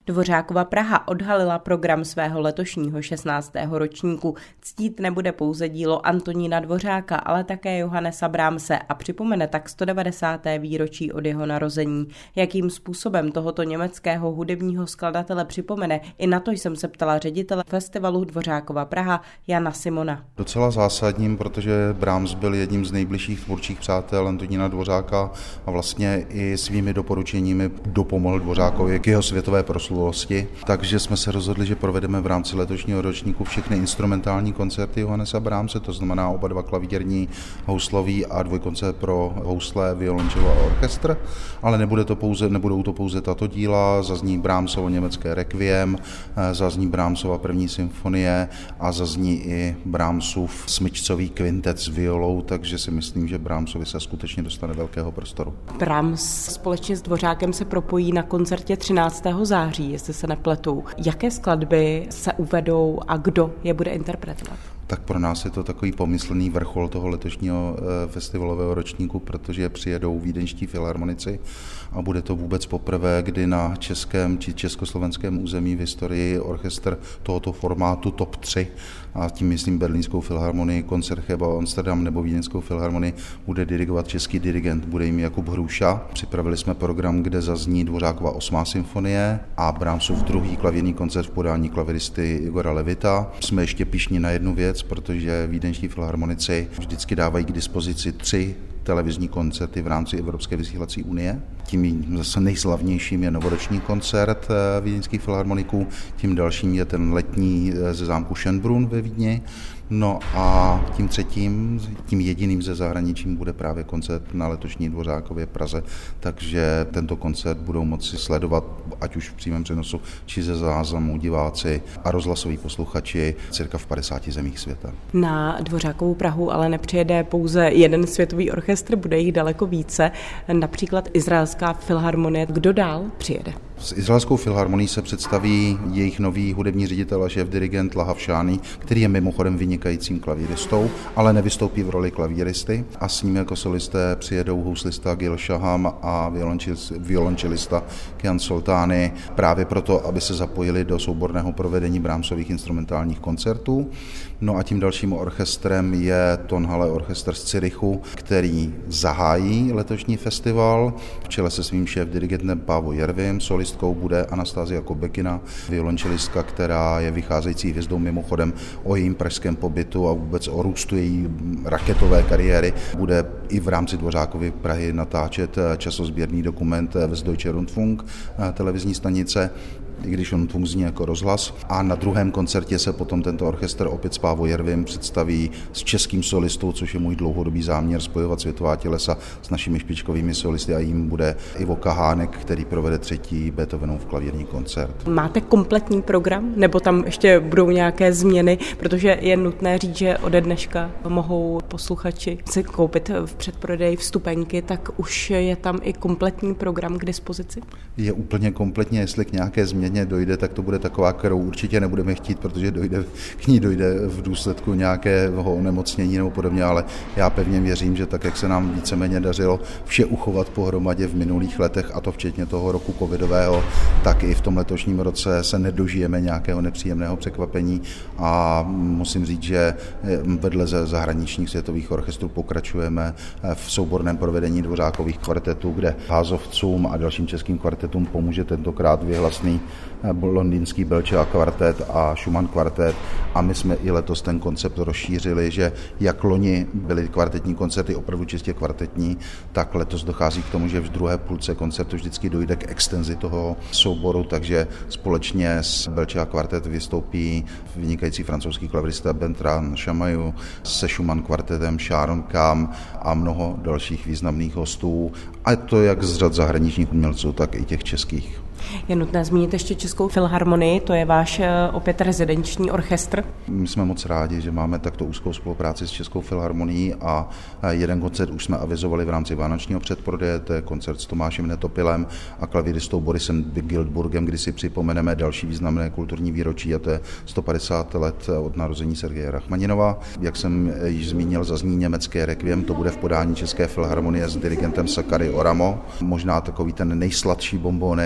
Dvořákova Praha odhalila program svého letošního 16. ročníku. Ctít nebude pouze dílo Antonína Dvořáka, ale také Johannese Brahmse a připomene tak 190. výročí od jeho narození. Jakým způsobem tohoto německého hudebního skladatele připomene, i na to jsem se ptala ředitele festivalu Dvořákova Praha Jana Simona. Docela zásadním, protože Brahms byl jedním z nejbližších tvůrčích přátel Antonína Dvořáka a vlastně i svými doporučeními dopomohl Dvořákovi k jeho světové proslulosti. Takže jsme se rozhodli, že provedeme v rámci letošního ročníku všechny instrumentální koncerty Johannese Brahmse, to znamená oba dva klavírní, houslový a dvojkoncert pro housle, violoncello a orchestr, ale nebudou to pouze tato díla, zazní Brahmsovo německé requiem, zazní Brahmsova první symfonie a zazní i Brahmsův smyčcový kvintet s violou, takže si myslím, že Brahmsovi se skutečně dostane velkého prostoru. Brahms společně s Dvořákem se propojí na koncertě 13. září, jestli se nepletu. Jaké skladby se uvedou a kdo je bude interpretovat? Tak pro nás je to takový pomyslný vrchol toho letošního festivalového ročníku, protože přijedou vídeňští filharmonici a bude to vůbec poprvé, kdy na českém či československém území v historii orchestr tohoto formátu top 3, a tím myslím Berlínskou filharmonii, Concertgebouw Amsterdam nebo Vídeňskou filharmonii, bude dirigovat český dirigent, bude jim Jakub Hruša. Připravili jsme program, kde zazní Dvořákova 8. symfonie a Brahmsův druhý klavírní koncert v podání klaviristy Igora Levita. Jsme ještě pyšní na jednu věc, protože vídeňští filharmonici vždycky dávají k dispozici 3 televizní koncerty v rámci Evropské vysílací unie. Tím zase nejslavnějším je novoroční koncert vídeňských filharmoniků, tím dalším je ten letní ze zámku Schönbrunn ve Vídni. No a tím třetím, tím jediným ze zahraničím bude právě koncert na letošní Dvořákově Praze, takže tento koncert budou moci sledovat, ať už v přímém přenosu, či ze záznamu diváci a rozhlasoví posluchači cirka v 50 zemích světa. Na Dvořákovu Prahu ale nepřijede pouze jeden světový orchestr, bude jich daleko více, například Izraelská filharmonie. Kdo dál přijede? S Izraelskou filharmonií se představí jejich nový hudební ředitel a šéfdirigent Lahav Shani, který je mimochodem vynikajícím klavíristou, ale nevystoupí v roli klavíristy, a s ním jako solisté přijedou houslista Gil Shaham a violončelista Kian Soltani, právě proto, aby se zapojili do souborného provedení Brahmsových instrumentálních koncertů. No a tím dalším orchestrem je Tonhalle Orchester z Curychu, který zahájí letošní festival v čele se svým šéfdirigentem Paavo Järvim. Solistkou bude Anastasia Kobekina, violončelistka, která je vycházející hvězdou, mimochodem o jejím pražském pobytu a vůbec o růstu její raketové kariéry. Bude i v rámci Dvořákovy Prahy natáčet časozběrný dokument Westdeutsche Rundfunk, televizní stanice, i když Rundfunk zní jako rozhlas. A na druhém koncertě se potom tento orchestr opět s Paavo Järvim představí s českým solistou, což je můj dlouhodobý záměr spojovat světová tělesa s našimi špičkovými solisty, a jim bude Ivo Kahánek, který provede 3. Beethovenův klavírní koncert. Máte kompletní program, nebo tam ještě budou nějaké změny, protože je nutné říct, že ode dneška mohou posluchači si koupit v předprodeji vstupenky, tak už je tam i kompletní program k dispozici? Je úplně kompletně, jestli k nějaké změně dojde, tak to bude taková, kterou určitě nebudeme chtít, protože k ní dojde v důsledku nějakého onemocnění nebo podobně, ale já pevně věřím, že tak, jak se nám víceméně dařilo vše uchovat pohromadě v minulých letech, a to včetně toho roku covidového, tak i v tom letošním roce se nedožijeme nějakého nepříjemného překvapení, a musím říct, že vedle zahraničních světových orchestrů pokračujeme v souborném provedení Dvořákových kvartetů, kde házovcům a dalším českým kvartetům pomůže tentokrát věhlasný londýnský Belčeva kvartet a Schumann kvartet, a my jsme i letos ten koncept rozšířili, že jak loni byly kvartetní koncerty opravdu čistě kvartetní, tak letos dochází k tomu, že v druhé půlce koncertu vždycky dojde k extenzi toho souboru, takže společně s Belčeva kvartet vystoupí vynikající francouzský klavirista Bertrand Chamayou se Schumann kvartetem, Sharon Kam a mnoho dalších významných hostů, a to jak z řad zahraničních umělců, tak i těch českých. Je nutné zmínit ještě Českou filharmonii, to je váš opět rezidenční orchestr. My jsme moc rádi, že máme takto úzkou spolupráci s Českou filharmonií, a jeden koncert už jsme avizovali v rámci vánočního předprodeje, to je koncert s Tomášem Netopilem a klavíristou Borisem Gildburgem, kdy si připomeneme další významné kulturní výročí, a to je 150 let od narození Sergeje Rachmaninova. Jak jsem již zmínil, zazní německé requiem, to bude v podání České filharmonie s dirigentem Sakary Oramo, možná takový ten nejsladší bombónek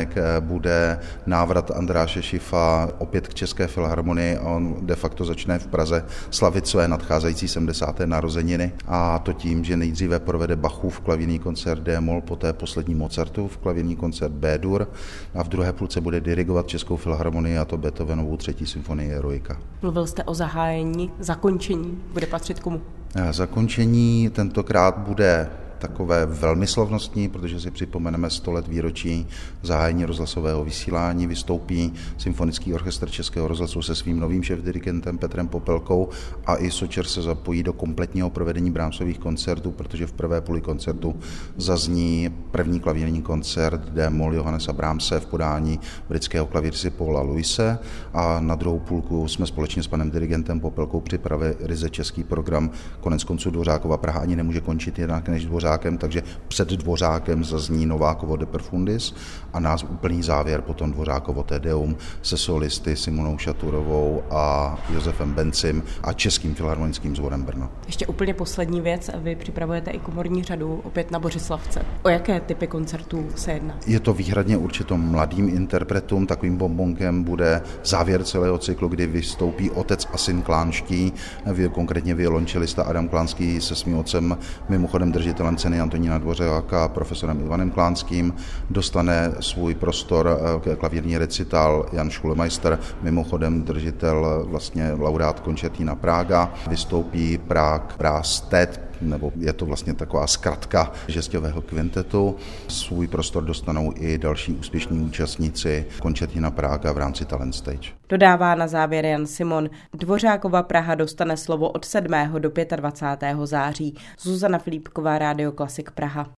bude návrat Andráše Šifa opět k České filharmonii a on de facto začne v Praze slavit své nadcházející 70. narozeniny, a to tím, že nejdříve provede Bachův klavírní koncert D-moll, poté poslední Mozartův klavírní koncert B-dur a v druhé půlce bude dirigovat Českou filharmonii, a to Beethovenovu 3. symfonii Eroika. Mluvil jste o zahájení, zakončení, bude patřit komu? Zakončení tentokrát bude takové velmi slavnostní, protože si připomeneme 100 let výročí zahájení rozhlasového vysílání. Vystoupí Symfonický orchestr Českého rozhlasu se svým novým šéfdirigentem Petrem Popelkou a i Sočer se zapojí do kompletního provedení Brahmsových koncertů, protože v prvé půli koncertu zazní první klavírní koncert D-moll Johannesa Brahmse v podání britského klavíristy Paula Luise, a na druhou půlku jsme společně s panem dirigentem Popelkou připravili ryze český program. Koneckonců Dvořákova Praha ani nemůže končit jinak než Dvořákem, takže před Dvořákem zazní Novákovo De Profundis a nás úplný závěr potom Dvořákovo Te Deum se solisty Simonou Šaturovou a Josefem Bencim a Českým filharmonickým sborem Brno. Ještě úplně poslední věc, vy připravujete i komorní řadu opět na Bořislavce. O jaké typy koncertů se jedná? Je to výhradně určitě mladým interpretům, takovým bonbonkem bude závěr celého cyklu, kdy vystoupí otec a syn Klánští, konkrétně violončelista Adam Klánský se svým otcem, mimochodem držitelem ceny Antonína Dvořáka, profesorem Ivanem Klánským, dostane svůj prostor klavírní recital Jan Schulmeister, mimochodem držitel vlastně laureát Concertina Praga, vystoupí Prague Brass Tet, nebo je to vlastně taková zkratka žesťového kvintetu. Svůj prostor dostanou i další úspěšní účastníci Concertina Praga v rámci Talent Stage. Dodává na závěr Jan Simon. Dvořákova Praha dostane slovo od 7. do 25. září. Zuzana Filipková, Rádio Klasik Praha.